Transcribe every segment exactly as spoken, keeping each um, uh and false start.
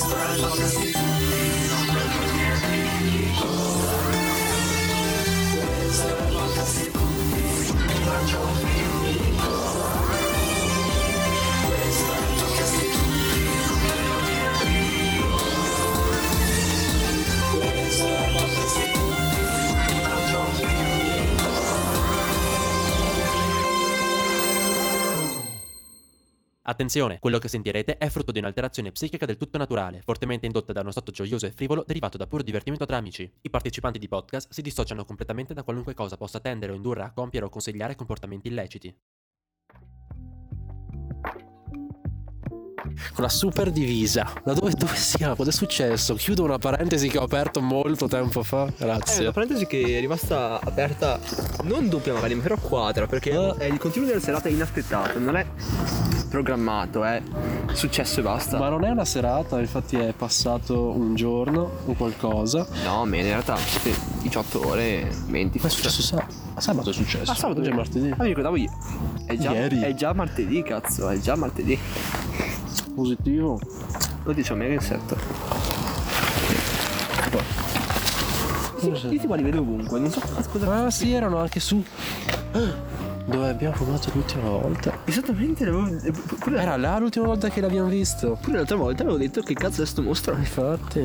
Attenzione, quello che sentirete è frutto di un'alterazione psichica del tutto naturale, fortemente indotta da uno stato gioioso e frivolo derivato da puro divertimento tra amici. I partecipanti di podcast si dissociano completamente da qualunque cosa possa tendere o indurre a compiere o consigliare comportamenti illeciti. Con la super divisa. Da dove, dove siamo? Cosa è successo? Chiudo una parentesi che ho aperto molto tempo fa. Grazie. È una parentesi che è rimasta aperta non doppia magari, ma però quadra, perché Ah. è il continuo della serata inaspettato, non è programmato, è successo e basta. Ma non è una serata, infatti è passato un giorno o qualcosa. No, ma in realtà sì, diciotto ore, venti. Ma è successo sabato. Sabato è successo. Ah, sabato oggi è martedì. Ah, mi ricordavo io. È già, Ieri. è già martedì, cazzo, è già martedì. Positivo. Oddio, c'è un mega insetto. Sì, Io tipo li vedo ovunque, non so cosa. Ah sì, erano anche su. Dove abbiamo fumato l'ultima volta. Esattamente, l'avevo. Pure, Era là l'ultima volta che l'abbiamo visto. pure l'altra volta avevo detto che cazzo è sto mostro. Infatti.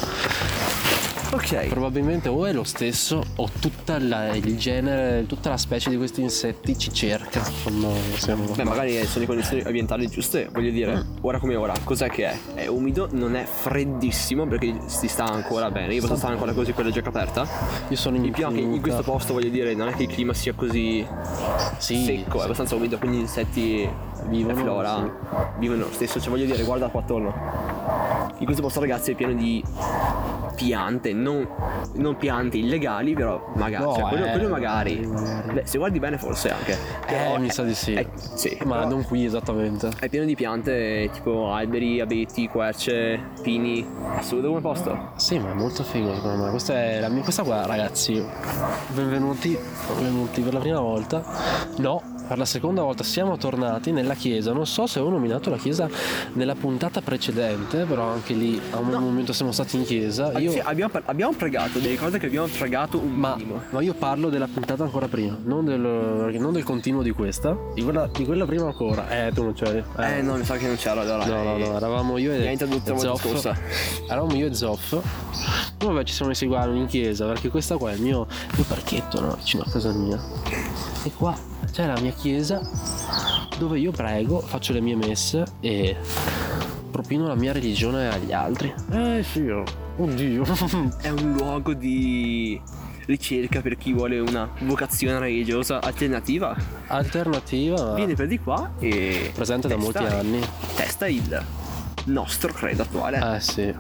Ok. Probabilmente o è lo stesso o tutta la, il genere, tutta la specie di questi insetti ci cerca quando siamo. Beh, magari sono le condizioni ambientali giuste, voglio dire, Mm. ora come ora, cos'è che è? È umido, non è freddissimo perché si sta ancora bene, io posso stare ancora così con la giacca aperta. Io sono in In più anche in questo posto, voglio dire, non è che il clima sia così Sì, secco, è sì. abbastanza umido, quindi gli insetti Vivono, e flora vivono lo stesso, cioè voglio dire, guarda qua attorno. In questo posto, ragazzi, è pieno di piante, non, non piante illegali, però magari, No, cioè, quello, eh, quello magari. magari. Beh, se guardi bene forse anche. Eh, Però mi è- sa di sì. è- sì, Ma però- non qui esattamente. è pieno di piante tipo alberi, abeti, querce, pini. Assurdo come posto. Sì, ma è molto figo secondo me. Questa è la mia. Questa qua, ragazzi. Benvenuti. Benvenuti per la prima volta. No. Per la seconda volta siamo tornati nella chiesa. Non so se ho nominato la chiesa nella puntata precedente, però anche lì a un No. momento siamo stati in chiesa. Ah, Io, sì, abbiamo, abbiamo pregato, devi ricordare che abbiamo pregato un ma, minimo. ma io parlo della puntata ancora prima, non del, non del continuo di questa, di quella, di quella prima ancora. Eh, tu non c'eri. Eh, no, mi sa che non c'era allora. No, no, eh, no, eravamo io Mi ha e, introdotto e la volta Zoff. scorsa. Eravamo io e Zoff. Poi vabbè, ci siamo messi qua in chiesa, perché questa qua è il mio, il mio parchetto, no? Vicino a casa mia. E qua c'è la mia chiesa dove io prego, faccio le mie messe e propino la mia religione agli altri. Eh sì, oh. Oddio. È un luogo di ricerca per chi vuole una vocazione religiosa alternativa. Alternativa, ma Vieni per di qua e presente da testa- molti anni. Testa il nostro credo attuale. Eh sì.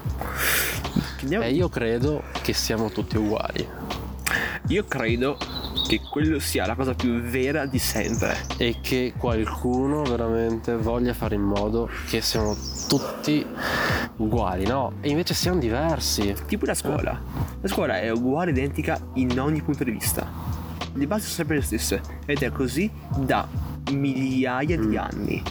Andiamo- E io credo che siamo tutti uguali. Io credo che quello sia la cosa più vera di sempre. E che qualcuno veramente voglia fare in modo che siamo tutti uguali, no? E invece siamo diversi. Tipo la scuola. La scuola è uguale, identica in ogni punto di vista. Le basi sono sempre le stesse. Ed è così da migliaia di anni.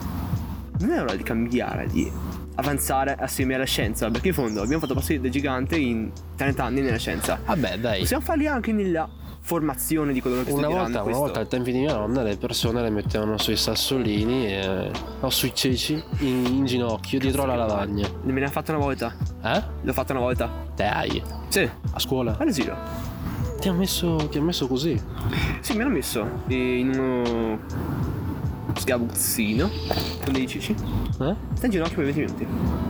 Non è ora di cambiare, di avanzare assieme alla scienza. Perché in fondo abbiamo fatto passi da gigante in trenta anni nella scienza. Vabbè, dai. Possiamo farli anche nella formazione di coloro che Una studieranno volta, una questo. volta ai tempi di mia nonna le persone le mettevano sui sassolini e, o sui ceci in, in ginocchio dietro alla lavagna. Me ne ha fatto una volta. Eh? L'ho fatta una volta. Dai, Sì, a scuola? all'asilo. Ti ha messo, ti ha messo così? Sì, me l'ho messo eh, in uno sgabuzzino con dei ceci. Eh? Sta in ginocchio per venti minuti.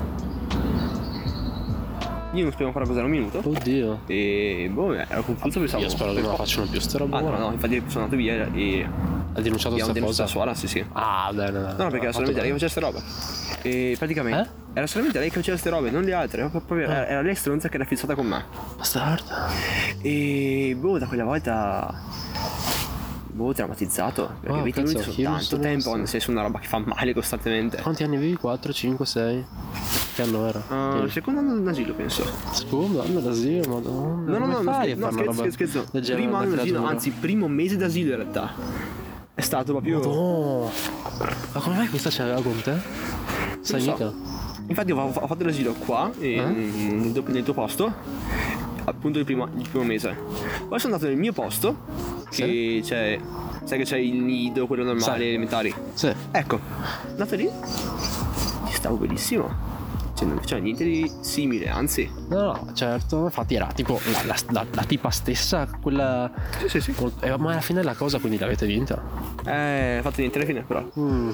Io non sapevo ancora cos'era un minuto. Oddio. E boh, ero confuso, pensavo. Io spero che non la facciano più sta roba. Ah no, no, infatti sono andato via e Ha denunciato abbiamo sta denunciato cosa? la suola, sì sì. Ah, bene. No, no, perché era solamente lei che faceva ste robe. E praticamente Eh? era solamente lei che faceva ste robe, non le altre. Proprio era, era lei stronza che era fissata con me. Bastarda. E boh, da quella volta. Boh, traumatizzato. Perché Oh, venti cazzo, minuti sono io non tanto sono tempo, stato- nel senso una roba che fa male costantemente. Quanti anni avevi? quattro, cinque, sei? Che anno era? Uh, Sì. secondo anno d'asilo penso. Secondo anno d'asilo, madonna. No, no, no, Come no, fai scherzo, a no, fare una scherzo, roba scherzo, scherzo. del genere Primo da anno d'asilo, creatura? anzi primo mese d'asilo in realtà. È stato proprio. No. Ma come mai questa ce l'aveva con te? Sai so. mica? Infatti ho, ho fatto l'asilo qua, eh? nel, nel, nel tuo posto, appunto il primo, il primo mese. Poi sono andato nel mio posto, che sì. c'è, sai che c'è il nido, quello normale, sì. elementari. Sì. Ecco, andato lì, ci stavo benissimo. Cioè non c'è niente di simile, anzi. No, no, certo, infatti era tipo la, la, la, la tipa stessa, quella. Sì, sì, sì. Col, eh, ma alla fine la cosa quindi l'avete vinta? Eh, fatto niente alla fine però. Mm.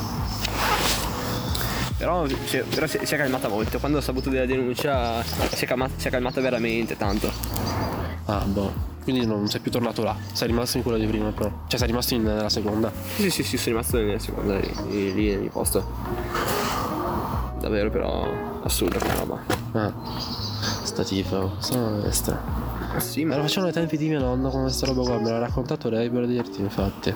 Però, si, però si, si è calmata molto. Quando ho saputo della denuncia si è calmata, si è calmata veramente tanto. Ah, boh. Quindi non sei più tornato là. Sei rimasto in quello di prima però. Cioè sei rimasto in, nella seconda. Sì, sì, sì, sono rimasto nella seconda, lì, lì nel mio posto. Davvero però assurda quella roba. Ah, sta tipo, sono destra. Ah sì, ma ma lo facevano ai tempi di mia nonna con questa roba qua, me l'ha raccontato lei per dirti, infatti.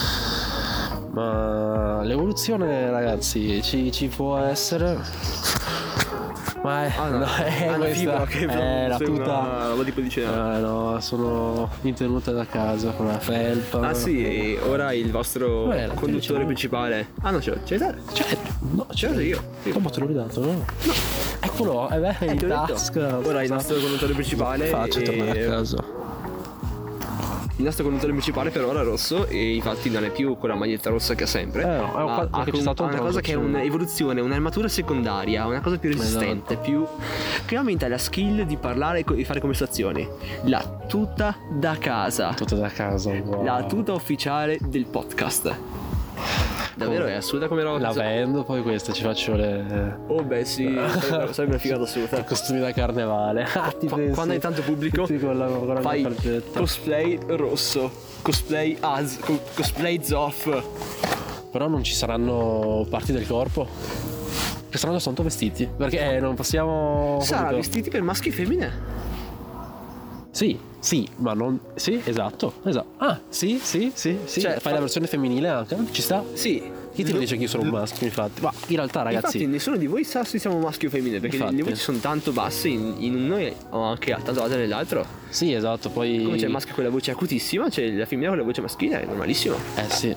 Ma l'evoluzione, ragazzi, ci, ci può essere. Ma è, ah, no. no, è ah, questa che è la tuta una roba tipo di cena. Eh, no, sono in tenuta da casa con la felpa. Ah sì, e ora il vostro Beh, conduttore principale. Ah no, ce l'ho, ce l'hai? Cioè, no, ce l'ho io. Sì. Come te l'ho ridato, no? No. Eccolo, è beh, eh, in tasca. Ora il nostro conduttore principale. Faccio e... tornare a casa. Il nostro conduttore principale per ora è rosso e infatti non è più con la maglietta rossa che ha sempre. Eh no, è ma ha, c'è stato ha un una cosa che è un'evoluzione, un'armatura secondaria, una cosa più resistente, esatto. più che aumenta la skill di parlare e co- di fare conversazioni. La tuta da casa. Tutta da casa, wow. La tuta ufficiale del podcast. Davvero è assurda come roba. La vendo, poi questa ci faccio le. Oh beh sì, sarebbe una figata assurda. I costumi da carnevale. Ah, ti Qu- pensi? Quando hai tanto pubblico con la, con la fai targetta. cosplay rosso, cosplay az, co- cosplay zoff. Però non ci saranno parti del corpo. Che saranno soltanto vestiti. Perché eh, non possiamo. Sarà capito? vestiti per maschi e femmine. Sì, sì, ma non. Sì, esatto, esatto. Ah, sì, sì, sì, sì. Cioè, fai fa- la versione femminile anche? Ci sta? Sì. Chi ti lo dice che io sono un maschio, infatti? Ma in realtà, ragazzi. Infatti nessuno di voi sa se siamo maschi o femmine, perché Infatti. le voci sono tanto basse in, in uno e o anche tanto alte nell'altro. Sì, esatto, poi. Come c'è il maschio con la voce acutissima, c'è la femmina con la voce maschile, è normalissimo. Eh sì.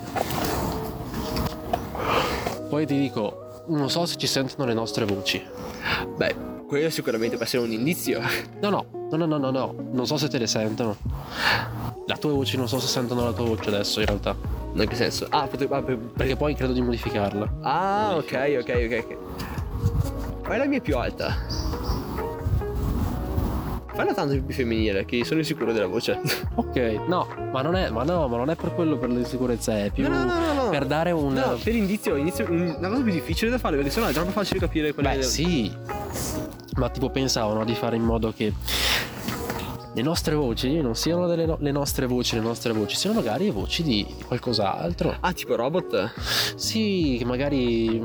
Poi ti dico, non so se ci sentono le nostre voci. Beh, quello sicuramente può essere un indizio. No, no, no, no, no, no, no. Non so se te le sentono. La tua voce, non so se sentono la tua voce adesso, in realtà. In che senso? Ah, potrebbe. Ah, per- Perché poi credo di modificarla. ah, ok, ok, ok, ok. Fai la mia più alta. Falla tanto più femminile, che sono insicuro della voce. Ok, no, ma non è, ma no, ma non è per quello, per l'insicurezza, è più No, no, no, no, no. per dare un. No, per indizio, inizio, una cosa più difficile da fare, perché sennò è troppo facile capire quella Beh, sì. Ma tipo pensavo, no, di fare in modo che le nostre voci non siano delle no- le nostre voci, le nostre voci, siano magari voci di qualcos'altro. Ah, tipo robot? Sì, che magari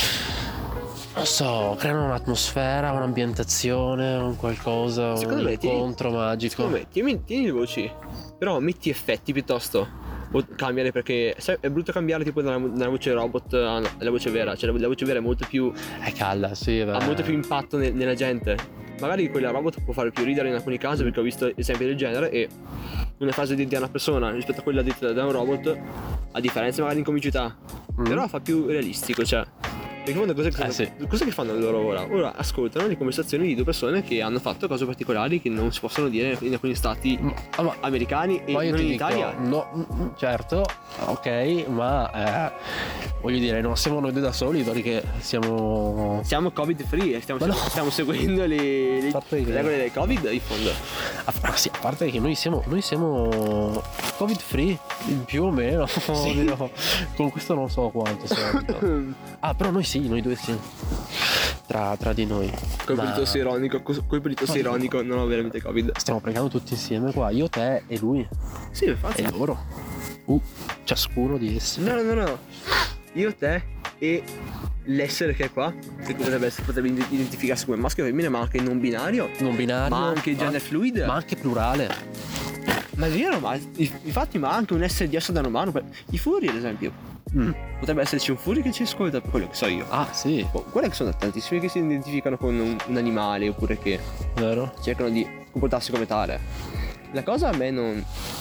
non so, creano un'atmosfera, un'ambientazione, un qualcosa, Secondo un me, tieni- incontro magico. Secondo me, tieni, tieni le voci, però metti effetti piuttosto. O cambiare, perché sai, è brutto cambiare tipo dalla, dalla voce robot alla voce vera. Cioè la, la voce vera è molto più. È calda, sì, beh. ha molto più impatto ne- nella gente. Magari quella robot può fare più ridere in alcuni casi, perché ho visto esempi del genere, e una frase detta da una persona rispetto a quella detta da un robot, a differenza magari in comicità, Mm. però fa più realistico, cioè. Perché in fondo cosa, Eh, sì. cosa che fanno loro ora? Ora ascoltano le conversazioni di due persone che hanno fatto cose particolari che non si possono dire in alcuni stati Ah, ma americani e poi io non ti in dico, Italia. no, mm, certo, ok, ma eh, voglio dire, non siamo noi due da soli, perché siamo. Siamo covid free, stiamo, Ma no. stiamo seguendo le, le Parte che- regole del covid in fondo. A, ma sì, a parte che noi siamo noi siamo covid free più o meno. Oddio, con questo non so quanto siamo. Ah, però noi sì, noi due sì. Tra, tra di noi. Colpo Ma di tosse ironico, cos- colpo di tosse ironico, non ho veramente covid. stiamo pregando tutti insieme qua, io, te e lui. Sì, infatti. E loro. Uh, ciascuno di essi. No, no, no, no. Io, te e l'essere che è qua, che potrebbe, essere, potrebbe identificarsi come maschio o femmina, ma anche non binario, Non binario. ma anche gender fluid. Ma anche plurale. Ma è vero, ma infatti, ma anche un essere diverso da un umano. per- I furri, ad esempio. Mm. Potrebbe esserci un furry che ci ascolta, per quello che so io. Ah, sì, Oh, guarda che sono tantissimi che si identificano con un, un animale, oppure che vero? cercano di comportarsi come tale. La cosa a me non,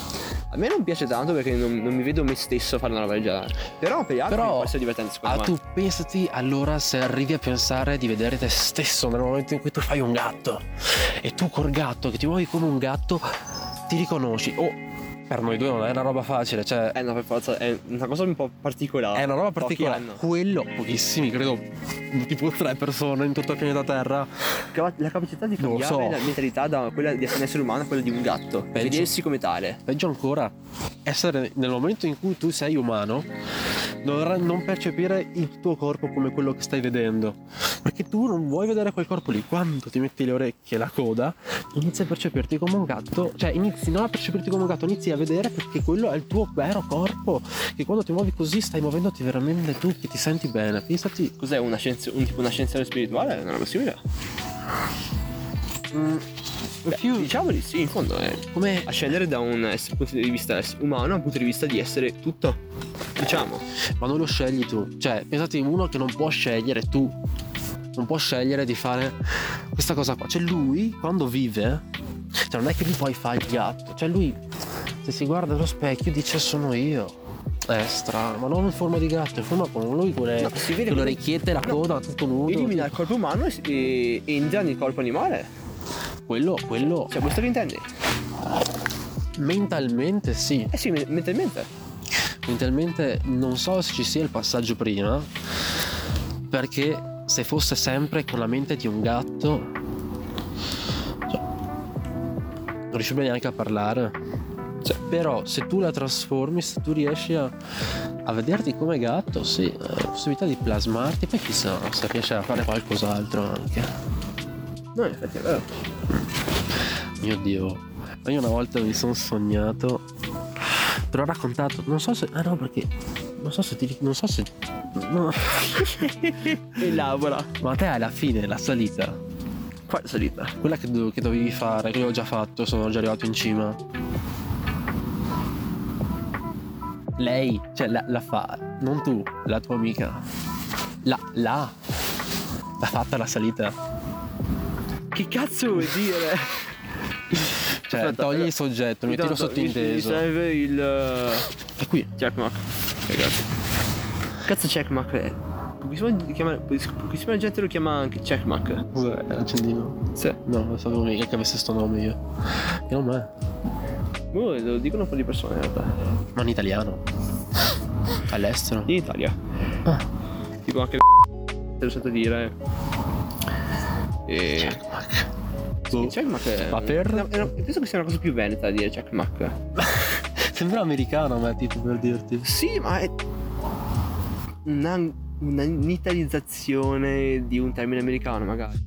A me non piace tanto perché non, non mi vedo me stesso fare una roba del genere. Però per gli altri Però può essere divertente secondo ah, me. tu pensati allora se arrivi a pensare di vedere te stesso nel momento in cui tu fai un gatto e tu col gatto che ti muovi come un gatto ti riconosci. Oh, per noi due non è una roba facile, cioè Eh no, per forza, è una cosa un po' particolare. è una roba Pochi particolare. hanno. Quello, pochissimi, credo tipo tre persone in tutto il pianeta Terra. Capa- La capacità di Non lo cambiare so. la mentalità da quella di essere un essere umano a quella di un gatto. Peggio. Vedersi come tale. Peggio ancora, essere nel momento in cui tu sei umano, non, non percepire il tuo corpo come quello che stai vedendo, perché tu non vuoi vedere quel corpo lì. Quando ti metti le orecchie e la coda, inizi a percepirti come un gatto, cioè inizi non a percepirti come un gatto, inizi a vedere perché quello è il tuo vero corpo, che quando ti muovi così stai muovendoti veramente tu, che ti senti bene. Pensati, Cos'è una scienza, un tipo una scienza spirituale? Una roba simile? mm, Beh, più diciamo di sì, in fondo è come a scendere da un ess- punto di vista ess- umano a un punto di vista di essere tutto. Diciamo. ma non lo scegli tu, cioè pensate uno che non può scegliere, tu non può scegliere di fare questa cosa qua, cioè lui quando vive, cioè non è che lui poi fa il gatto, cioè lui se si guarda allo specchio dice sono io, è strano, ma non in forma di gatto, in forma come lui con le, No, si vede con le come- orecchiette, la no, coda, tutto nudo. Elimina il corpo umano e, e entra nel corpo animale. quello, quello Cioè, questo che intendi? mentalmente sì, Eh sì, me- mentalmente. mentalmente non so se ci sia il passaggio prima, perché se fosse sempre con la mente di un gatto, cioè, non riuscirebbe neanche a parlare, cioè, però se tu la trasformi, se tu riesci a, a vederti come gatto, sì, hai la possibilità di plasmarti, poi chissà se riesci a fare qualcos'altro anche. No, in effetti è vero. Mio Dio, io una volta mi sono sognato, te l'ho raccontato, non so se, ah no perché, non so se ti, non so se, no. Elabora. Ma te alla fine la salita, Quale salita? quella che, do- che dovevi fare, che io ho già fatto, sono già arrivato in cima. Lei, cioè la, la fa, non tu, la tua amica. La, la, l'ha fatta la salita. Che cazzo vuoi dire? Cioè, Aspetta, togli eh, il soggetto, mettilo Intanto, Mi sottinteso. serve il È qui. checkmark. Ok, grazie. Cazzo checkmark è? Pochissima, chiama, pochissima gente lo chiama anche checkmark. Cos'è? L'accendino? Sì. No, non sapevo mica che avesse sto nome io. Che nome è? Oh, lo dicono un po' di persone in realtà. Ma in italiano? All'estero? In Italia. Ah. Tipo anche te lo sento dire. E Boh. checkmark è. Ma per? è una- è una- penso che sia una cosa più veneta da dire checkmark. Sembra americano a me, tipo, per dirti. Sì, ma è una, una un'italizzazione di un termine americano, magari.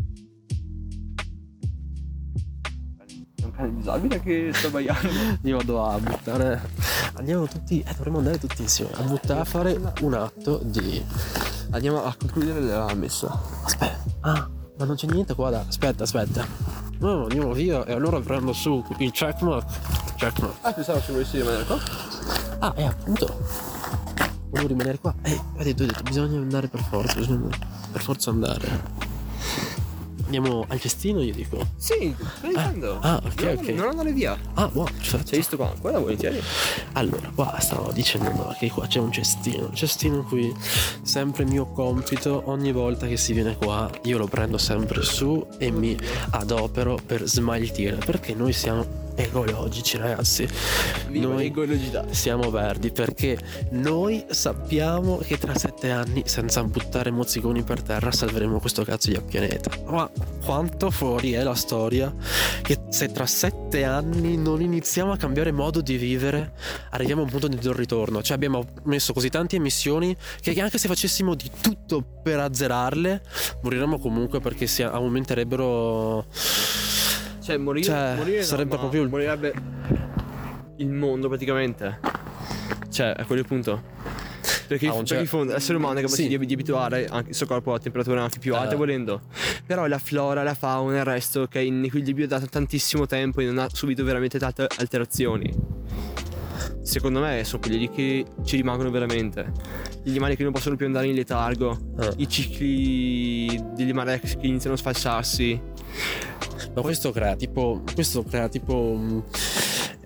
È un cane disabile che sta sbagliando. Io vado a buttare. Andiamo tutti. Eh, dovremmo andare tutti insieme. A buttare a fare un atto di. Andiamo a concludere la messa. Aspetta. Ah, ma non c'è niente qua da. Aspetta, aspetta. No, andiamo via e allora prendo su il checkmark. Checkmark. Ah, pensavo che volessi rimanere qua. Ah, e appunto. Volevo rimanere qua. Eh, vedi, tu hai detto, bisogna andare per forza. Bisogna per forza andare. Andiamo al cestino, io dico. Sì, sto dicendo. Ah, ok, non, ok. Non andare via. Ah, buono, perfetto. Sei visto qua? Guarda, volentieri. Allora, qua stavo dicendo no, che qua c'è un cestino. Il cestino qui, sempre mio compito, ogni volta che si viene qua, io lo prendo sempre su e mi adopero per smaltire, perché noi siamo ecologici, ragazzi. Viva Noi l'ecologità. siamo verdi, perché noi sappiamo che tra sette anni, senza buttare mozziconi per terra, salveremo questo cazzo di pianeta. Ma quanto fuori è la storia che se tra sette anni non iniziamo a cambiare modo di vivere, arriviamo a un punto di non ritorno. Cioè abbiamo messo così tante emissioni che anche se facessimo di tutto per azzerarle, moriremmo comunque, perché si aumenterebbero. Cioè, morire, Cioè, morire no, sarebbe ma proprio il- morirebbe il mondo praticamente. Cioè, a quel punto. Perché, Ah, un perché cer- in fondo l'essere umano è capace Sì. di, di abituare anche il suo corpo a temperature anche più alte Eh. volendo. Però la flora, la fauna, il resto che è in equilibrio da tantissimo tempo e non ha subito veramente tante alterazioni. Secondo me sono quelli lì che ci rimangono veramente. Gli animali che non possono più andare in letargo, Eh. i cicli degli mare che iniziano a sfalsarsi. Ma questo crea tipo. Questo crea tipo. mh,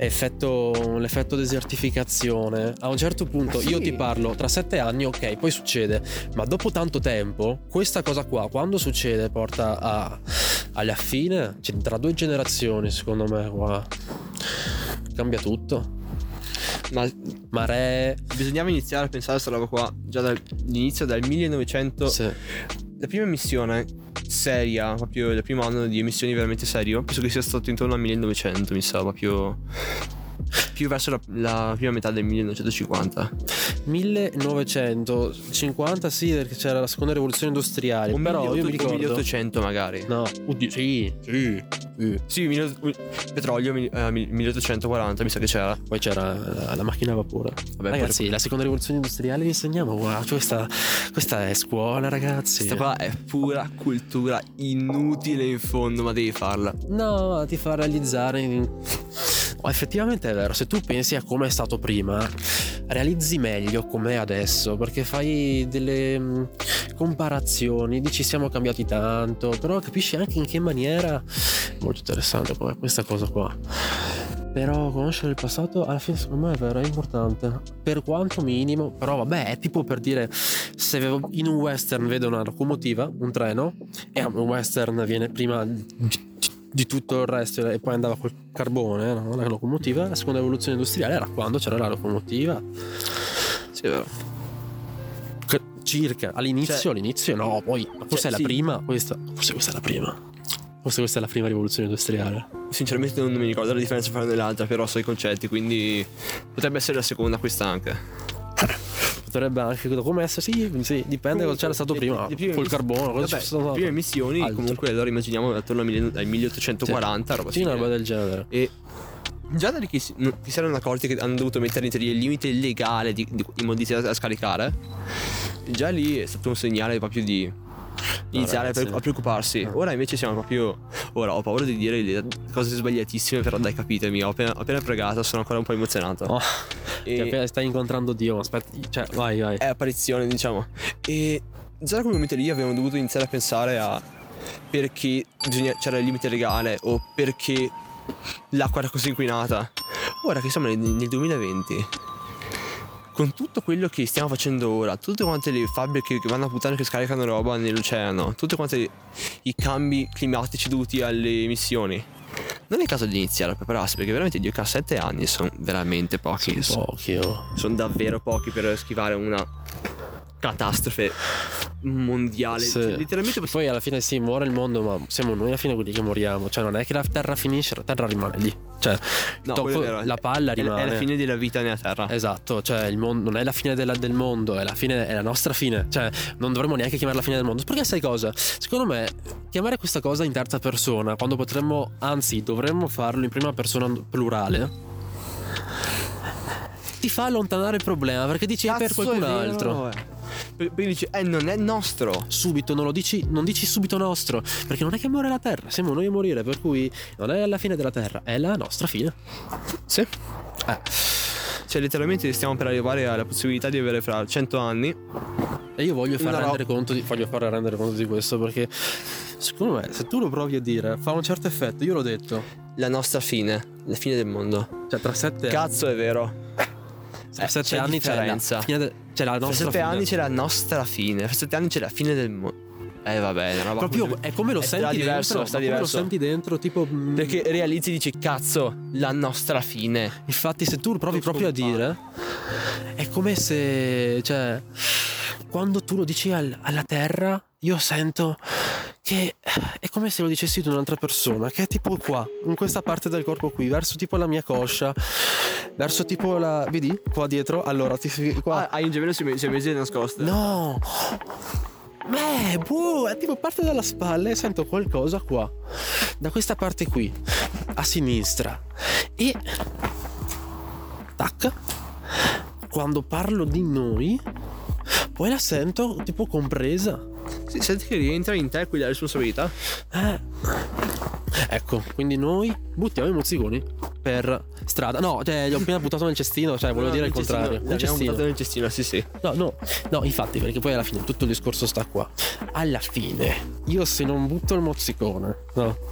effetto, l'effetto desertificazione. A un certo punto Sì. io ti parlo tra sette anni, ok, poi succede, ma dopo tanto tempo questa cosa qua quando succede porta a alla fine, cioè, tra due generazioni secondo me qua cambia tutto. Ma Maree, bisognava iniziare a pensare a questa roba qua già dall'inizio, dal millenovecento. sì. La prima missione seria, proprio il primo anno di emissioni veramente serio, penso che sia stato intorno al millenovecento, mi sa, proprio più verso la, la prima metà del millenovecentocinquanta. millenovecentocinquanta, sì, perché c'era la seconda rivoluzione industriale, O però io mi ricordo milleottocento magari. no, oddio, sì, sì, sì. Sì, mille- petrolio mil- eh, mil- milleottocentoquaranta mi sa che c'era. Poi c'era la, la macchina a vapore. Vabbè, Ragazzi, la seconda rivoluzione industriale vi insegniamo, wow, cioè questa, questa è scuola, ragazzi. Questa qua è pura cultura inutile in fondo, ma devi farla. No, ti fa realizzare in... oh, effettivamente è vero, se tu pensi a come è stato prima, realizzi meglio com'è adesso, perché fai delle mh, comparazioni, dici siamo cambiati tanto, però capisci anche in che maniera. Molto interessante poi questa cosa qua. Però conoscere il passato alla fine secondo me è vero, è importante, per quanto minimo. Però vabbè, è tipo per dire, se in un western vedo una locomotiva, un treno, e un western viene prima di di tutto il resto e poi andava col carbone, no? La locomotiva. La seconda rivoluzione industriale era quando c'era la locomotiva. Sì, è vero. C- circa all'inizio, Cioè- all'inizio no, poi forse cioè, è la sì. prima, questa forse questa è la prima. Forse questa è la prima rivoluzione industriale. Sinceramente non mi ricordo la differenza fra una e l'altra, però so i concetti, quindi potrebbe essere la seconda questa anche. Potrebbe anche come essere, sì, sì, dipende cosa c'era stato Le- prima. le prime Col miss- carbone, cosa vabbè, c'è stato. le prime missioni Altro. comunque allora immaginiamo attorno al mille- al milleottocentoquaranta, roba Sì, una simile. roba del genere. E già da lì che si, non- che si erano accorti che hanno dovuto mettere in teoria il limite legale di, di immondizia da scaricare, già lì è stato un segnale proprio di iniziare a, ragazzi. pre- a preoccuparsi. No. Ora invece siamo proprio, ora ho paura di dire le cose sbagliatissime, però dai, capitemi, ho appena, ho appena pregato, sono ancora un po' emozionato. Oh, E- che appena stai incontrando Dio, aspetta, cioè, vai, vai. è apparizione, diciamo. E già da quel momento lì avevamo dovuto iniziare a pensare a perché bisogna- c'era il limite legale o perché l'acqua era così inquinata. Ora che siamo nel, nel duemilaventi, con tutto quello che stiamo facendo ora, tutte quante le fabbriche che vanno a puttane che scaricano roba nell'oceano, tutte quante le- i cambi climatici dovuti alle emissioni, non è il caso di iniziare a prepararsi, perché veramente Dio ca sette anni sono veramente pochi. Pochi, oh. Sono davvero pochi per schivare una catastrofe mondiale. Sì. Cioè, letteralmente possiamo- Poi alla fine sì, muore il mondo, ma siamo noi alla fine quelli che moriamo. Cioè non è che la terra finisce, la terra rimane lì. Cioè No, tocco- quello è vero. la palla È- rimane. È la fine della vita nella terra. Esatto, cioè il mondo non è la fine della- del mondo, è la fine, è la nostra fine. Cioè, non dovremmo neanche chiamarla la fine del mondo. Perché sai cosa? Secondo me, chiamare questa cosa in terza persona, quando potremmo, anzi, dovremmo farlo in prima persona plurale, ti fa allontanare il problema, perché dici è per Cazzo, qualcun è vero, altro. eh. Per- Perché dici, eh, non è nostro. Subito non lo dici, non dici subito nostro, perché non è che muore la terra, siamo noi a morire, per cui non è la fine della terra, è la nostra fine. Sì. Eh. Cioè, letteralmente stiamo per arrivare alla possibilità di avere fra cento anni. E io voglio far Una rendere roba- conto di, voglio far rendere conto di questo, perché secondo me se tu lo provi a dire fa un certo effetto. Io l'ho detto, La nostra fine. La fine del mondo. cioè tra sette Cazzo, è vero. tra Eh, sette c'è anni c'è la, differenza. fine de- c'è la Fra nostra sette fine. anni c'è la nostra fine. Fra sette anni c'è la fine del mondo. Eh, vabbè, è una roba Proprio così- è come lo è senti sta diverso, dentro, sta ma come lo diverso. senti dentro, tipo mm, Perché realizzi e dici, cazzo, la nostra fine. infatti se tu provi Non proprio a scompare. dire è come se, cioè, quando tu lo dici al- alla terra, io sento che è come se lo dicessi tu a un'altra persona, che è tipo qua, in questa parte del corpo qui, verso tipo la mia coscia, verso tipo la, vedi qua dietro, allora ti qua. Ah, hai un gemello sui mesi nascosto. No, beh, boh, è tipo parte dalla spalla e sento qualcosa qua, da questa parte qui, a sinistra, e tac, quando parlo di noi, poi la sento tipo compresa. Sì, senti che rientra in te qui la responsabilità. Eh. Ecco, quindi noi buttiamo i mozziconi per strada. No, cioè, li ho appena buttato nel cestino, cioè, volevo No, dire il nel cestino, contrario. Nel l'abbiamo cestino. buttato nel cestino, sì, sì. No, no, no, infatti, perché poi alla fine tutto il discorso sta qua. Alla fine, io se non butto il mozzicone, no,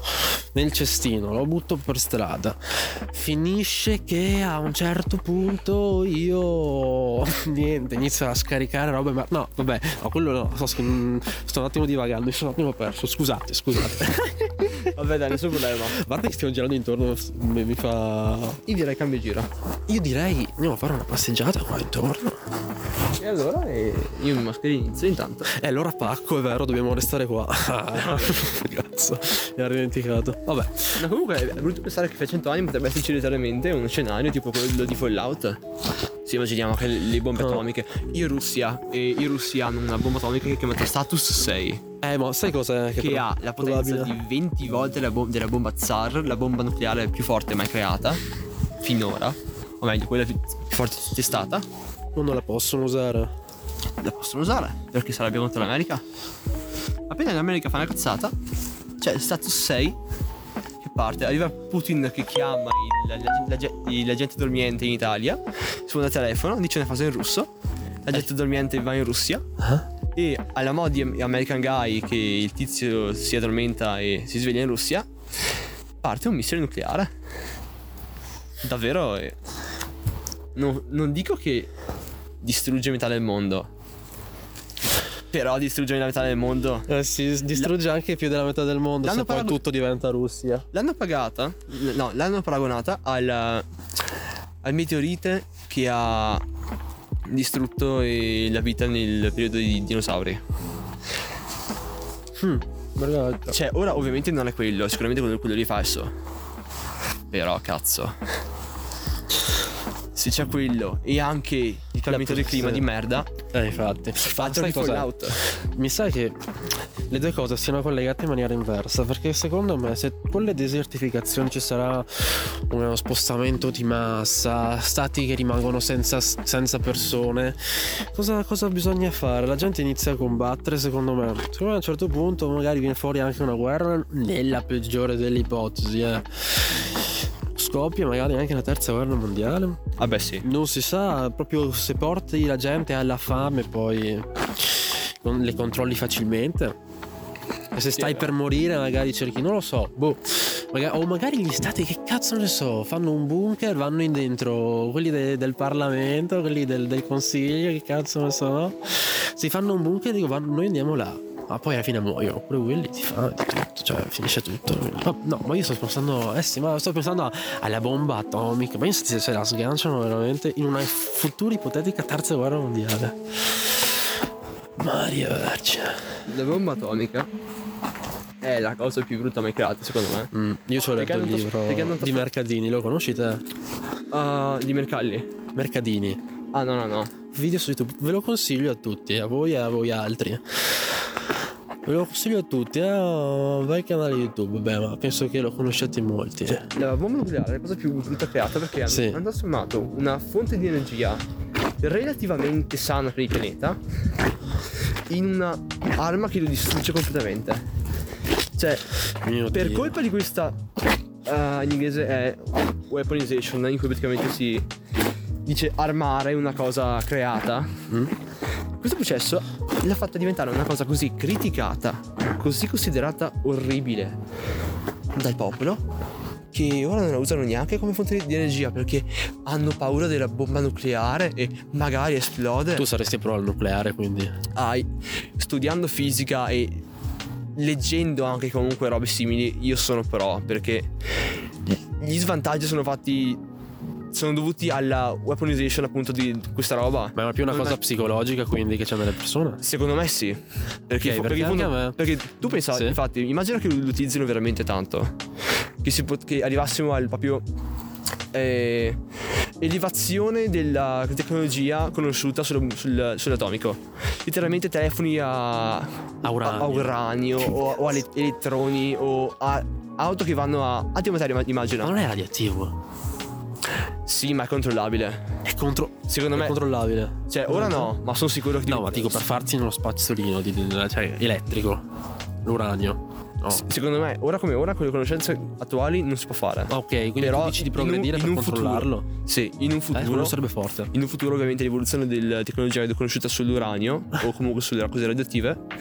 nel cestino, lo butto per strada. Finisce che a un certo punto io niente, inizio a scaricare robe, ma no, vabbè, no, quello no, sto, sto un attimo divagando, mi sono un attimo perso, scusate, scusate. Vabbè, dai, nessun problema. Guarda che stiamo girando intorno, mi, mi fa... Io direi cambio giro. Io direi andiamo a fare una passeggiata qua intorno. E allora eh, io mi mascherino inizio intanto. E allora pacco, è vero, dobbiamo restare qua. Cazzo, mi ero dimenticato. Vabbè. Ma comunque è brutto pensare che fra cento anni potrebbe esserci letteralmente un scenario tipo quello di Fallout. Sì, immaginiamo che le bombe No. atomiche. In Russia, e i russi hanno una bomba atomica che è chiamata Status sei. Eh, ma sai cosa? Che ha la potenza di venti volte la bom- della bomba Tsar, la bomba nucleare più forte mai creata finora, o meglio quella più più forte testata. Non la possono usare. La possono usare perché sarebbe contro l'America. Appena l'America fa una cazzata, c'è il Status sei che parte, arriva Putin che chiama il, la, la, la, l'agente dormiente in Italia, suona il telefono, dice una frase in russo, l'agente dormiente va in Russia. E alla mod di American Guy, che il tizio si addormenta e si sveglia in Russia, parte un missile nucleare. Davvero eh, no, non dico che distrugge metà del mondo, però distrugge la metà del mondo. Eh sì, distrugge La... anche più della metà del mondo. L'hanno se poi paragon- tutto diventa Russia. L'hanno pagata, no, l'hanno paragonata al, al meteorite che ha distrutto eh, la vita nel periodo dei dinosauri. Hmm, mannaggia. Cioè, ora ovviamente non è quello, sicuramente quello, quello lì è falso. Però cazzo, se c'è quello e anche il cambiamento del clima di merda, Eh, infatti. altro che Fallout. Mi sa che le due cose siano collegate in maniera inversa, perché secondo me se con le desertificazioni ci sarà uno spostamento di massa, stati che rimangono senza, senza persone, cosa, cosa bisogna fare? La gente inizia a combattere, secondo me. Secondo me a un certo punto magari viene fuori anche una guerra, nella peggiore delle ipotesi, eh. Scoppia magari anche la terza guerra mondiale. Vabbè sì. Non si sa, proprio se porti la gente alla fame poi non le controlli facilmente. E se stai per morire magari cerchi, non lo so, boh. Magari, o magari gli stati, che cazzo ne so, fanno un bunker, vanno in dentro quelli de, del Parlamento, quelli del, del Consiglio, che cazzo ne so, no? Si fanno un bunker e dico, vanno, noi andiamo là. Ma poi alla fine muoiono, pure quelli ti fa di tutto, cioè finisce tutto. Ma, no, ma io sto pensando, eh sì, ma sto pensando a, alla bomba atomica. Ma io se, se la sganciano veramente in una futura ipotetica terza guerra mondiale. Maria Vergine. La bomba atomica è la cosa più brutta mai creata, secondo me. Mm, io ci ho letto Perché il hanno- libro perché hanno- di Mercadini, lo conosci te? Uh, di Mercalli. Mercadini. Ah no no no. Video su YouTube, ve lo consiglio a tutti, a voi e a voi altri. Ve lo consiglio a tutti, è un bel canale YouTube, beh, ma penso che lo conoscete molti. La bomba nucleare è la cosa più brutta creata perché hanno, Sì. hanno trasformato una fonte di energia relativamente sana per il pianeta in una arma che lo distrugge completamente. Cioè, Mio per Dio. colpa di questa uh, in inglese è weaponization, in cui praticamente si dice armare una cosa creata. Mm? Questo processo l'ha fatta diventare una cosa così criticata, così considerata orribile dal popolo, che ora non la usano neanche come fonte di energia perché hanno paura della bomba nucleare e magari esplode. Tu saresti pro al nucleare, quindi. Hai, studiando fisica e leggendo anche comunque robe simili, io sono pro, perché gli svantaggi sono fatti sono dovuti alla weaponization appunto di questa roba. Ma è più una Non cosa è- psicologica, quindi, che c'è nelle persone. Secondo me sì. Perché, Ok, perché, perché in fondo- anche a me. perché tu pensa, Sì. infatti, immagina che lo utilizzino veramente tanto. Che, si pot- che arrivassimo al proprio eh, elevazione della tecnologia conosciuta sul, sul- sull'atomico. Letteralmente telefoni a, A uranio. a uranio o, o a le- elettroni o a auto che vanno a antimateria, Ma immagina. non è radioattivo. Sì, ma è controllabile. È, contro- Secondo è me, controllabile. cioè, ora no, ma sono sicuro che No, ma dico per farti uno spazzolino di, di- cioè, elettrico. L'uranio. No. Secondo me, ora come ora, con le conoscenze attuali non si può fare. Ok, quindi Però tu dici di in un- progredire in per un controllarlo. futuro- Sì, in un Eh, futuro. quello sarebbe forte. In un futuro, ovviamente, l'evoluzione della tecnologia conosciuta sull'uranio o comunque sulle cose radioattive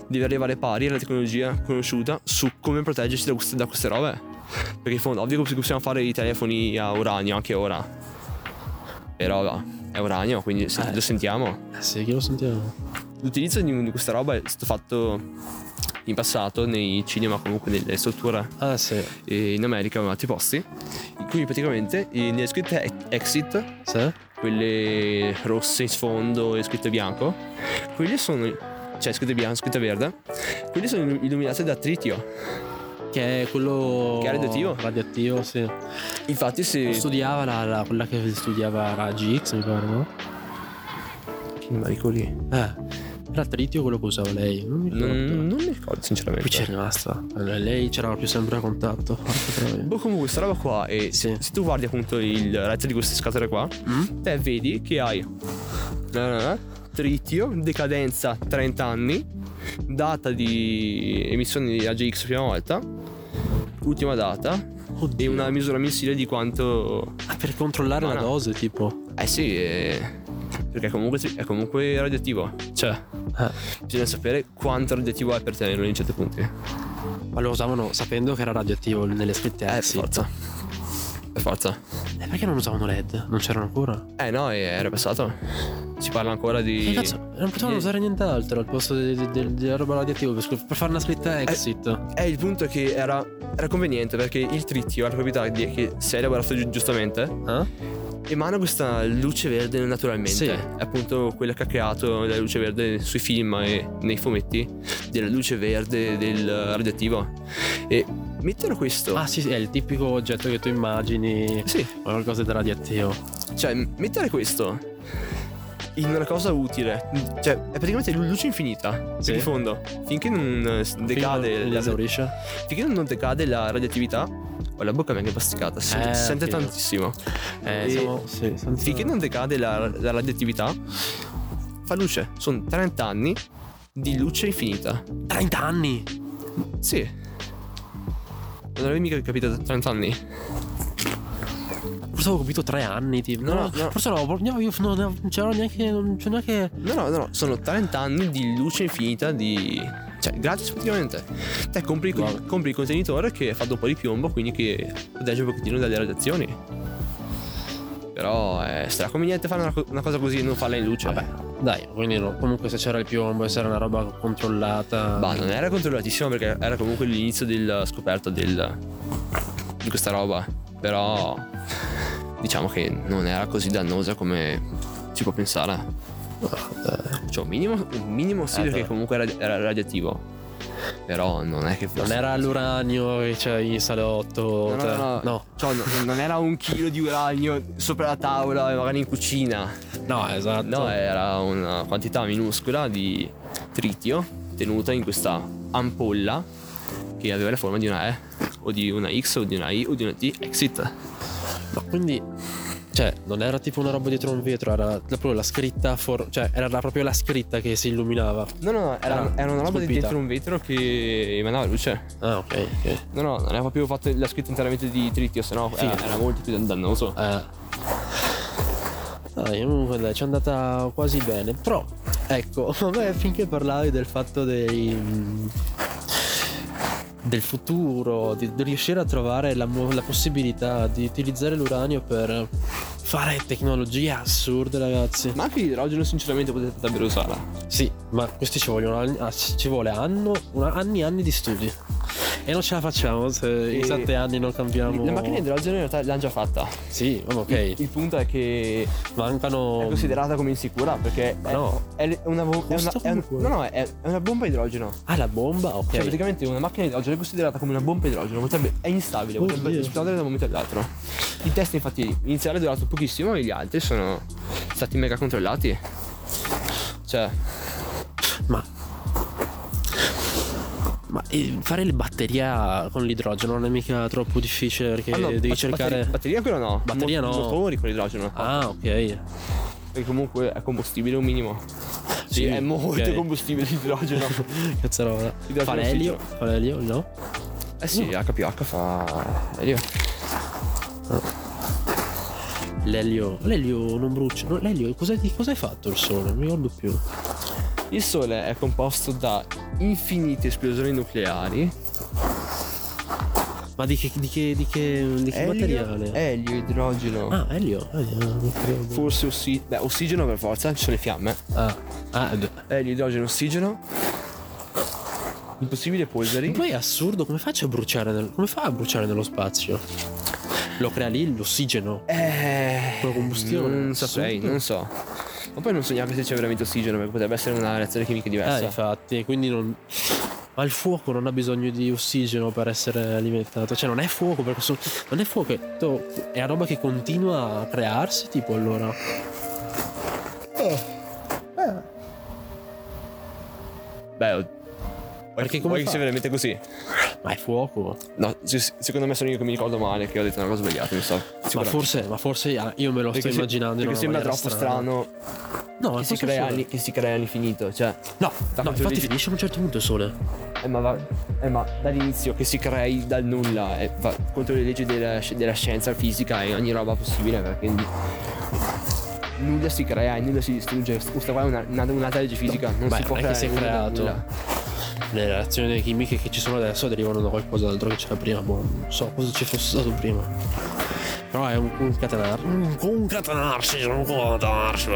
devi arrivare pari alla tecnologia conosciuta su come proteggersi da queste, da queste robe. Perché in fondo ovvio che possiamo fare i telefoni a uranio anche ora, però va, è uranio, quindi se Eh. lo sentiamo. Eh sì, che lo sentiamo. L'utilizzo di, di questa roba è stato fatto in passato nei cinema, comunque nelle strutture Ah sì. eh, in America o in altri posti, in cui praticamente eh, nelle scritte e- exit, Sì? quelle rosse in sfondo e scritte bianco, quelle sono, cioè scritte bianco, scritte verde, quelle sono illuminate da tritio. Che è quello Che è radioattivo? Radioattivo, sì. Infatti se Studiava la, la- quella che studiava raggi X, mi pare, no? che numerico lì? Eh. Era tritio quello che usava lei. Non mi ricordo. Non, non mi ricordo sinceramente. Qui c'è rimasta. Lei c'era più sempre a contatto. Porca troia. Boh, comunque questa roba qua, e Sì. se tu guardi appunto il retro di queste scatole qua, Mm? te vedi che hai eh, tritio, decadenza trenta anni, data di emissione di raggi X prima volta, ultima data e Oddio. una misura mensile di quanto. Ah, per controllare Ma la no. dose, tipo. Eh sì, eh, perché comunque è comunque radioattivo. Cioè, Eh. bisogna sapere quanto radioattivo è per tenerlo in certi punti. Ma lo usavano sapendo che era radioattivo nelle scritte Eh, per exit. forza. Per forza. E perché non usavano L E D? Non c'erano ancora? Eh no, era passato. Si parla ancora di. Che cazzo? Non potevano di- usare nient'altro al posto de- de- de- della roba radioattiva per, per fare una scritta exit. Eh, il punto è che era, era conveniente perché il tritio ha la proprietà di che se è lavorato gi- giustamente Eh? emana questa luce verde naturalmente. Sì. È appunto quella che ha creato la luce verde sui film e nei fumetti, della luce verde del radioattivo. E mettere questo. Ah sì, sì, è il tipico oggetto che tu immagini. Sì, Qualcosa di radioattivo. cioè mettere questo in una cosa utile, cioè è praticamente luce infinita, Sì. di fondo, finché non eh, decade Fino- la, esaurisce. finché non decade la radioattività. Ho la bocca mega masticata, si Eh, si sente sì. tantissimo. Eh, E siamo, sì, senza- finché non decade la, la radioattività, fa luce. Sono trenta anni di luce infinita. trenta anni! Sì. Non avevi mica capito trenta anni? Forse avevo capito tre anni, tipo. No, No, no, no. Forse no, no, io non, non c'ero neanche. Non c'è neanche. No, no, no, no. Sono trenta anni di luce infinita di. Cioè, gratis praticamente. Te compri, Wow. compri il contenitore che è fatto un po' di piombo, quindi che protegge un pochettino dalle radiazioni. Però è straconveniente fare una, co- una cosa così e non farla in luce. Vabbè, dai, quindi no. Comunque se c'era il piombo e se era una roba controllata. Bah, non era controllatissimo perché era comunque l'inizio della scoperta del, di questa roba. Però diciamo che non era così dannosa come si può pensare. Cioè un minimo, un minimo sì, Eh, perché però. comunque era, era radioattivo. Però non è che fosse. Non era l'uranio che c'è in salotto. No, no, cioè- no, no. Cioè, no, non era un chilo di uranio sopra la tavola e magari in cucina. No, esatto. No, era una quantità minuscola di tritio tenuta in questa ampolla che aveva la forma di una E o di una X o di una I o di una T exit. Ma quindi. Cioè, non era tipo una roba dietro un vetro, era proprio la scritta. For- cioè, era la- proprio la scritta che si illuminava. No, no, no, era, Ah, era una roba di scolpita. dentro un vetro che emanava luce. Ah, ok, ok. No, no, non era proprio fatto la scritta interamente di tritio, sennò Figo. era, era molto più dannoso. Eh. Dai, comunque dai, ci è andata quasi bene. Però, ecco, a me finché parlavi del fatto dei. Del futuro, di, di riuscire a trovare la, mo- la possibilità di utilizzare l'uranio per fare tecnologie assurde, ragazzi. Ma anche l'idrogeno sinceramente potete davvero usarla. Sì, ma questi ci vogliono anni, ah, ci vuole anno, una, anni e anni di studi. E non ce la facciamo se in E- sette anni non cambiamo. La macchina di idrogeno in realtà l'hanno già fatta. Sì, ok. Il, il punto è che Mancano. è considerata come insicura perché è, No. è una, bo- è una, Costa è un- comunque. no, no, è, è una bomba a idrogeno. Ah, la bomba? Ok. Cioè praticamente una macchina di idrogeno è considerata come una bomba a idrogeno, potrebbe, è instabile, potrebbe Oddio. esplodere da un momento all'altro. Il test infatti iniziale è durato pochissimo e gli altri sono stati mega controllati. Cioè, Ma. Ma eh, fare le batterie con l'idrogeno non è mica troppo difficile perché ah no, devi bat- cercare. batteria, batteria ancora no. Batteria Mo- no. Motori con l'idrogeno. Ah, ok. Perché comunque è combustibile un minimo. Sì, Sì, è molto ok. combustibile l'idrogeno. Cazzarola. Idrogeno Fa l'elio? ossigeno. Fa l'elio? No? Eh sì, H P H fa elio. L'elio. L'elio non brucia. No, l'elio, cos'è, di cosa hai fatto il sole? Non mi ricordo più. Il Sole è composto da infinite esplosioni nucleari. Ma di che, di che, di che, di che materiale? Elio, idrogeno. Ah, elio. elio non credo. Forse ossigeno. Beh, ossigeno per forza, ci sono le fiamme. Ah, ah d- Elio, idrogeno, ossigeno. Impossibile polveri. poi è assurdo, come faccio a bruciare nel, come fa a bruciare nello spazio? Lo crea lì l'ossigeno? Eh. Con la combustione? Non saprei, Assurdo. non so. Ma poi non so neanche se c'è veramente ossigeno, perché potrebbe essere una reazione chimica Eh, diversa. infatti, quindi non. Ma il fuoco non ha bisogno di ossigeno per essere alimentato. Cioè non è fuoco, perché sono. Non è fuoco, è, tutto- è una roba che continua a crearsi, tipo allora. Beh, oh, Perché vuoi come che fa? sia veramente così? Ma è fuoco. No, se- secondo me sono io che mi ricordo male, che ho detto una cosa sbagliata, mi so. Ma forse, ma forse ah, io me lo sto Perché se- immaginando in Perché una sembra maniera troppo strana. strano No, che ma si, crea, all'i- che si crea all'infinito. Cioè, No, da no, quanto infatti dici- finisce a un certo punto il sole. eh, ma, va- eh, ma dall'inizio che si crei dal nulla e va contro le leggi della, sci- della scienza, fisica e ogni roba possibile, perché nulla si crea e nulla si distrugge. Questa qua è una, una, un'altra legge fisica. Non Beh, si può non è che creare si è nulla da creato. nulla. Le reazioni chimiche che ci sono adesso derivano da qualcos'altro che c'era prima. Boh, non so cosa ci fosse stato prima. Però è un concatenar. Un concatenarsi, un concatenarsi.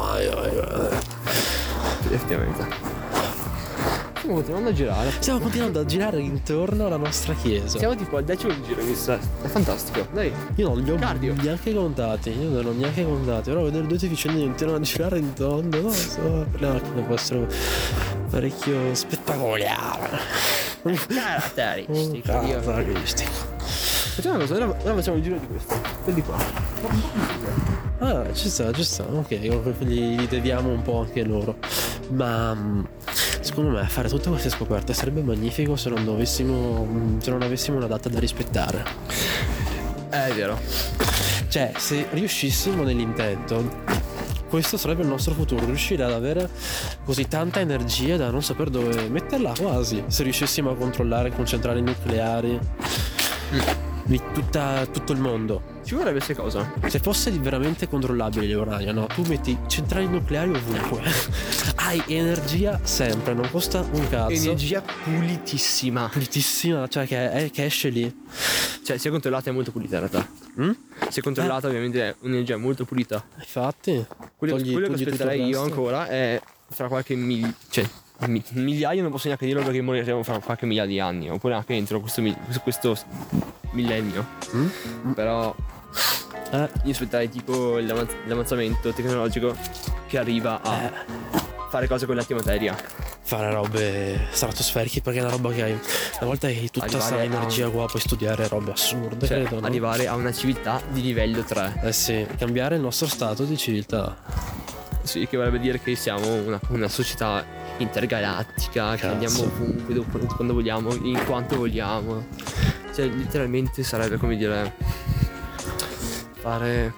Effettivamente. Stiamo continuando a girare. Stiamo continuando a girare intorno alla nostra chiesa. Siamo tipo al decimo giro, mi sa. È fantastico. Dai. Io non li ho Cardio. neanche contati. Io non li ho neanche contati. Però vedere due deficienti che continuano a girare intorno, non so, per le macchine può essere parecchio spettacolare. Caratteristico. Dio. Caratteristico. Facciamo una cosa, ora, ora facciamo il giro di questo. Quelli qua. Ah, ci sta, ci sta, ok, li, li deviamo un po' anche loro. Ma mh, secondo me fare tutte queste scoperte sarebbe magnifico se non dovessimo. mh, se non avessimo una data da rispettare. Eh, è vero. Cioè, se riuscissimo nell'intento, questo sarebbe il nostro futuro, riuscire ad avere così tanta energia da non saper dove metterla quasi. Se riuscissimo a controllare e concentrare i nucleari di tutta, tutto il mondo. Ci vorrebbe questa cosa. Se fosse veramente controllabile l'uranio, no? Tu metti centrali nucleari ovunque. Hai energia sempre, non costa un cazzo. Energia pulitissima. Pulitissima, cioè che, è, che esce lì. Cioè, se controllata è molto pulita in realtà. Mm? Se controllata, ovviamente è un'energia molto pulita. Infatti. Quello, togli- quello che togli tutto aspetterei il io resto. ancora è fra qualche mil... cioè mi- migliaio non posso neanche dirlo perché moriremo fra qualche migliaia di anni, oppure anche entro questo, mi- questo millennio. Mm? Però Eh, io aspetterei tipo l'avanz- l'avanzamento tecnologico che arriva a eh, fare cose con l'antimateria. fare robe stratosferiche, perché è una roba che hai. Una volta che hai tutta Arrivare questa a energia qua, puoi studiare robe assurde, Cioè, credo, no? arrivare a una civiltà di livello tre. Eh sì, cambiare il nostro stato di civiltà. Sì, che vorrebbe dire che siamo una, una società intergalattica, che Cazzo. andiamo ovunque, dove- quando vogliamo, in quanto vogliamo. Cioè, letteralmente sarebbe come dire fare.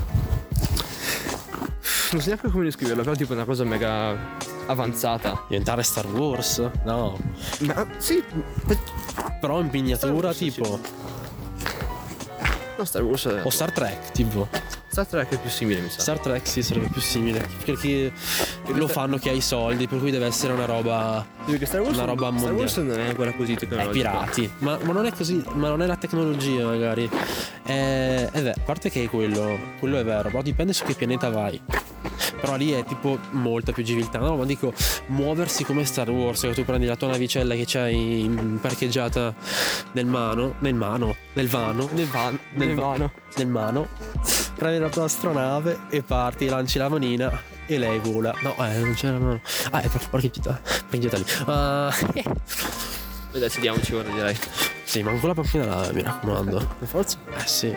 Non so neanche come descriverlo, però tipo una cosa mega avanzata. Diventare Star Wars? No. Ma sì, per- Però in miniatura, Star Wars, tipo. no, Star Wars è- O Star Trek, tipo. Star Trek è più simile, mi sa. Star Trek sì, sarebbe più simile. Perché lo fanno chi ha i soldi, per cui deve essere una roba. Perché Star Wars, una roba Star mondiale. Wars non è ancora così Ai tecnologico. pirati. Ma, ma non è così. Ma non è la tecnologia, magari. Eh, eh beh, a parte che quello. Quello è vero, però dipende su che pianeta vai. Però lì è tipo molta più civiltà. No, ma dico, muoversi come Star Wars, che tu prendi la tua navicella che c'hai in- parcheggiata nel mano. Nel mano. Nel vano. Nel van, Nel nel va- vano. Nel mano. Prendi la tua astronave e parti, lanci la manina e lei vola. No, eh, non c'era mano. Ah, è per parcheggiata. Parcheggiata lì. Ah, E dai, sediamoci ora, direi. sì, manco la panchina là, mi raccomando. Per forza. Eh sì.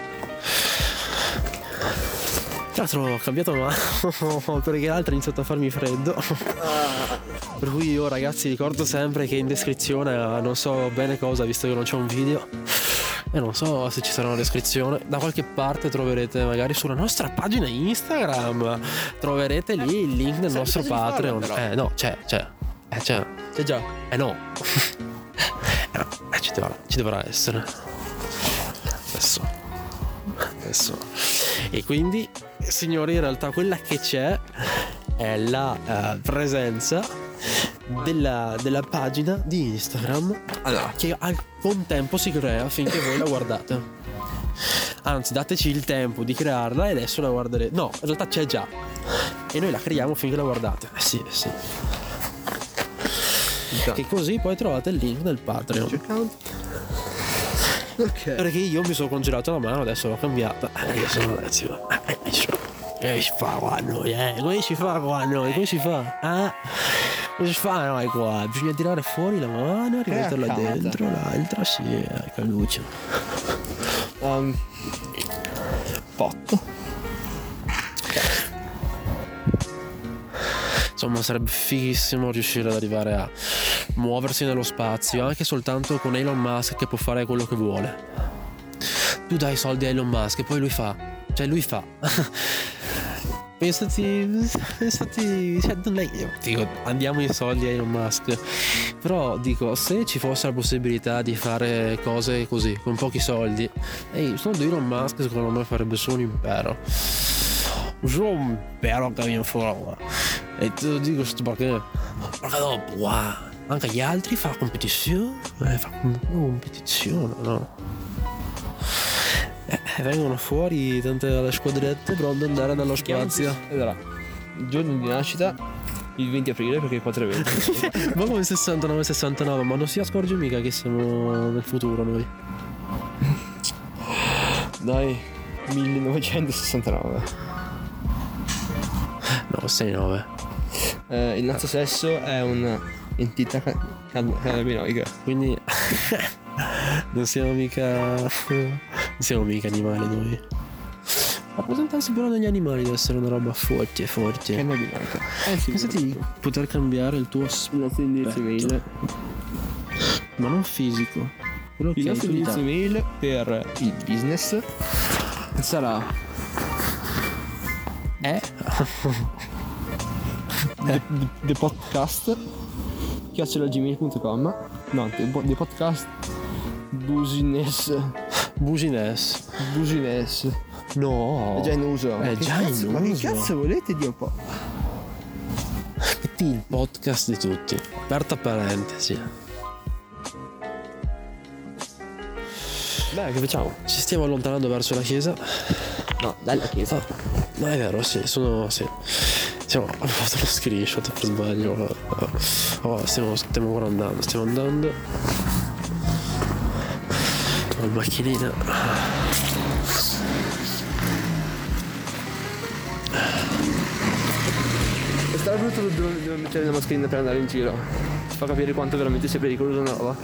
Tra l'altro ho cambiato mano perché l'altra ha iniziato a farmi freddo. Per cui io, ragazzi, ricordo sempre che in descrizione, eh, non so bene cosa, visto che non c'è un video, e non so se ci sarà una descrizione, da qualche parte troverete, magari sulla nostra pagina Instagram, troverete lì il link del Sai, nostro cosa devi Patreon. farlo, però? Eh no, c'è, c'è. Eh c'è. C'è già. Eh no. Eh no, eh, ci dovrà, ci dovrà essere. Adesso. Adesso. E quindi, signori, in realtà quella che c'è è la eh, presenza della, della pagina di Instagram Allora, che al contempo si crea finché voi la guardate. Anzi, dateci il tempo di crearla e adesso la guarderete. No, in realtà c'è già. E noi la creiamo finché la guardate. Eh sì, eh sì. E così poi trovate il link del Patreon. ok. Perché io mi sono congelato la mano, adesso l'ho cambiata. Eh, io sono Ezio. Eh, Come si fa qua a noi, eh? Come si fa qua a noi? Come si fa? Ah? Come si fa a noi qua? Bisogna tirare fuori la mano e rimetterla cavata. dentro l'altra, sì, ecco luce. Um, pot. Insomma, sarebbe fighissimo riuscire ad arrivare a muoversi nello spazio, anche soltanto con Elon Musk che può fare quello che vuole. Tu dai soldi a Elon Musk e poi lui fa. Cioè lui fa. Pensati, pensati, cioè non è, io dico, andiamo i soldi a Elon Musk, però dico, se ci fosse la possibilità di fare cose così con pochi soldi, ehi, sono di Elon Musk, secondo me farebbe solo un impero, solo un impero che viene fuori. E te lo dico sto perché, perché dopo, wow, anche gli altri fa competizione, eh, fa competizione, no? Eh, vengono fuori tante le squadrette pronte ad andare nello spazio. Allora, giorno di nascita il venti aprile perché è quattro e venti. Ma come sessantanove sessantanove, ma non si accorge mica che siamo nel futuro noi. Dai, millenovecentosessantanove. No, sei nove. Eh, il naso sesso è un'entità ca- can- cannabinoica. Quindi non siamo mica non siamo mica animali noi. Rappresentarsi però degli animali deve essere una roba forte, forte. Cannabinoica. Eh sì, Pensa di poter cambiare il tuo il nostro indirizzo aspetto, email. ma non fisico. Quello che Il è nostro indirizzo utilità. email per il business sarà Eh? the, the podcast chiocciola gmail punto com. No, the, the podcast business Business. business No. è già in uso. È Che già in cazzo- ma che uso. cazzo volete di un po'? Metti il podcast di tutti. Aperta parentesi. Beh, che facciamo? Ci stiamo allontanando verso la chiesa. No, dalla chiesa. No, è vero, sì, sono. Sì. Siamo, ho fatto uno screenshot per sbaglio. Oh, stiamo, stiamo ancora andando, stiamo andando. Con la macchinina. E stare brutto dove devo mettere la mascherina per andare in giro. Fa capire quanto veramente sia pericolosa una roba.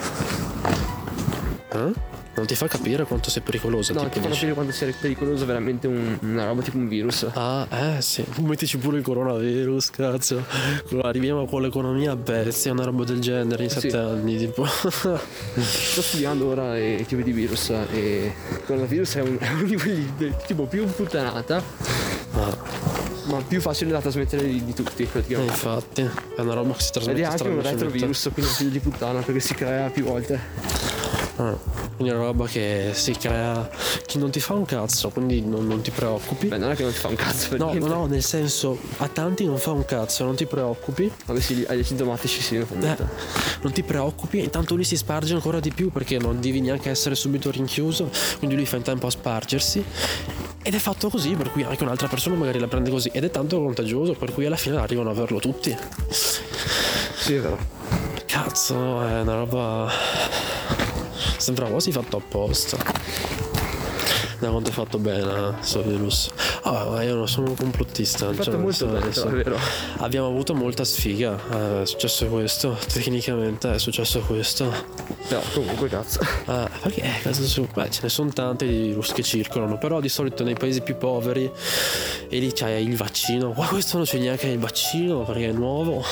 Eh? Non ti fa capire quanto sei pericolosa, No, tipo ti fa dici. capire quanto sia pericoloso veramente un- una roba tipo un virus. Ah, eh sì, mettici pure il coronavirus, cazzo. Arriviamo con l'economia a bestia, una roba del genere in Sì. sette anni, tipo. Sto studiando ora i tipi di virus e il coronavirus è, un, è uno di quelli del tipo più puttanata, Ah, ma più facile da trasmettere di, di tutti eh, praticamente. infatti, è una roba che si Ed trasmette è anche un stranamente. retrovirus, quindi figlio di puttana perché si crea più volte. Ah, quindi è una roba che si crea, che non ti fa un cazzo, quindi non, non ti preoccupi. Beh, non è che non ti fa un cazzo per No, niente. no, no, nel senso, a tanti non fa un cazzo, non ti preoccupi. Vabbè sì, agli asintomatici sì, non fa Eh, niente. non ti preoccupi, e intanto lui si sparge ancora di più perché non devi neanche essere subito rinchiuso, quindi lui fa in tempo a spargersi. Ed è fatto così, per cui anche un'altra persona magari la prende così. Ed è tanto contagioso, per cui alla fine arrivano a averlo tutti. Sì, è vero. Cazzo, è una roba. Sembra quasi fatto apposta. Da quanto è fatto bene questo virus. Ah, ma io non sono un complottista. È fatto cioè, molto nel bene, senso, però, è vero. abbiamo avuto molta sfiga. eh, È successo questo. Tecnicamente è successo questo. Però comunque cazzo. Ah, perché eh, cazzo su- beh, ce ne sono tanti di virus che circolano, però di solito nei paesi più poveri e lì c'hai il vaccino. Qua questo non c'è neanche il vaccino perché è nuovo.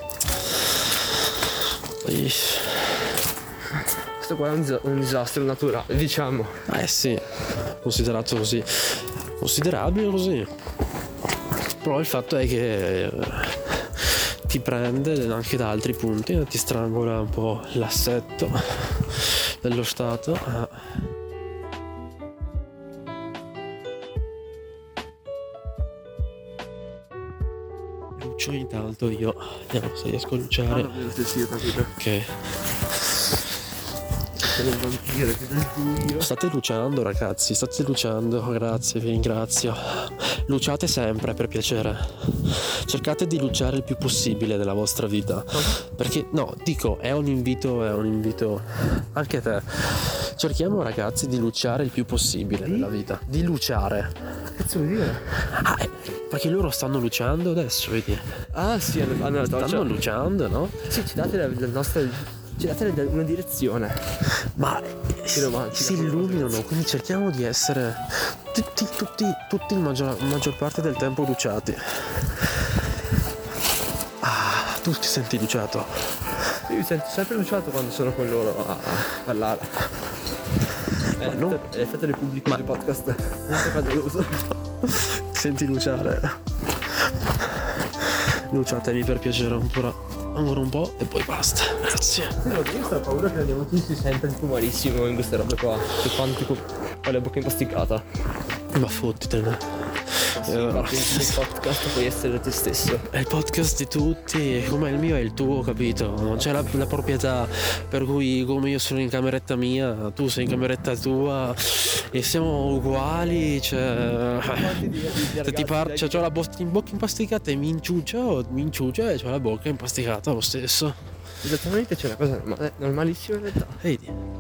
E- Questo qua è un, dis- un disastro naturale, diciamo. Eh sì, considerato così. Considerabile così. Però il fatto è che eh, ti prende anche da altri punti e ti strangola un po' l'assetto dello Stato. Eh. Luce. lucio intanto io. Vediamo se riesco a luciare. Ok. State luciando, ragazzi, state luciando, grazie, vi ringrazio. Luciate sempre, per piacere. Cercate di luciare il più possibile nella vostra vita. Perché, no, dico, è un invito, è un invito anche a te. Cerchiamo, ragazzi, di luciare il più possibile nella vita. Di luciare. Cazzo vuol dire? Ah, eh, perché loro stanno luciando adesso, vedi? Ah sì, hanno la torcia. Stanno luciando, no? Sì, ci date la, la nostra. Ci date una direzione. Ma si, si illuminano, quindi cerchiamo di essere tutti, tutti, tutti il maggior, maggior parte del tempo luciati. Ah, tu ti senti luciato? Io mi sento sempre luciato quando sono con loro a parlare. È no. l'effetto del pubblico del podcast molto favoloso. Senti luciare. Luciatemi per piacere ancora. Ancora un po' e poi basta, grazie. Sì, no, io sto paura che andiamo tutti si senta tipo malissimo in queste robe qua. Che fanno tipo con la bocca impasticata. Ma fottitene. Sì, eh, infatti il podcast puoi essere te stesso. È il podcast di tutti, come il mio è il tuo, capito? Non c'è la, la proprietà, per cui come io sono in cameretta mia, tu sei in cameretta tua e siamo uguali, cioè. Se ti par- cioè, c'ho la bo- in bocca impasticata e mi inciuccio, mi inciuccio e c'ho la bocca impasticata lo stesso. Esattamente, c'è una cosa normal- normalissima in realtà. Vedi?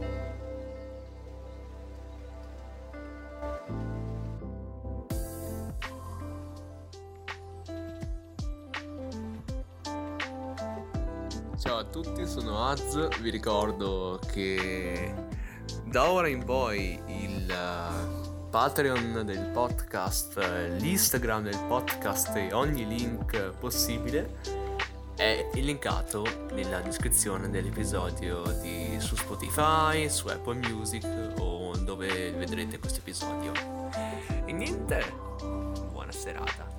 Ciao a tutti, sono Az, vi ricordo che da ora in poi il uh, Patreon del podcast, l'Instagram del podcast e ogni link possibile è elencato nella descrizione dell'episodio di, su Spotify, su Apple Music o dove vedrete questo episodio. E niente, buona serata.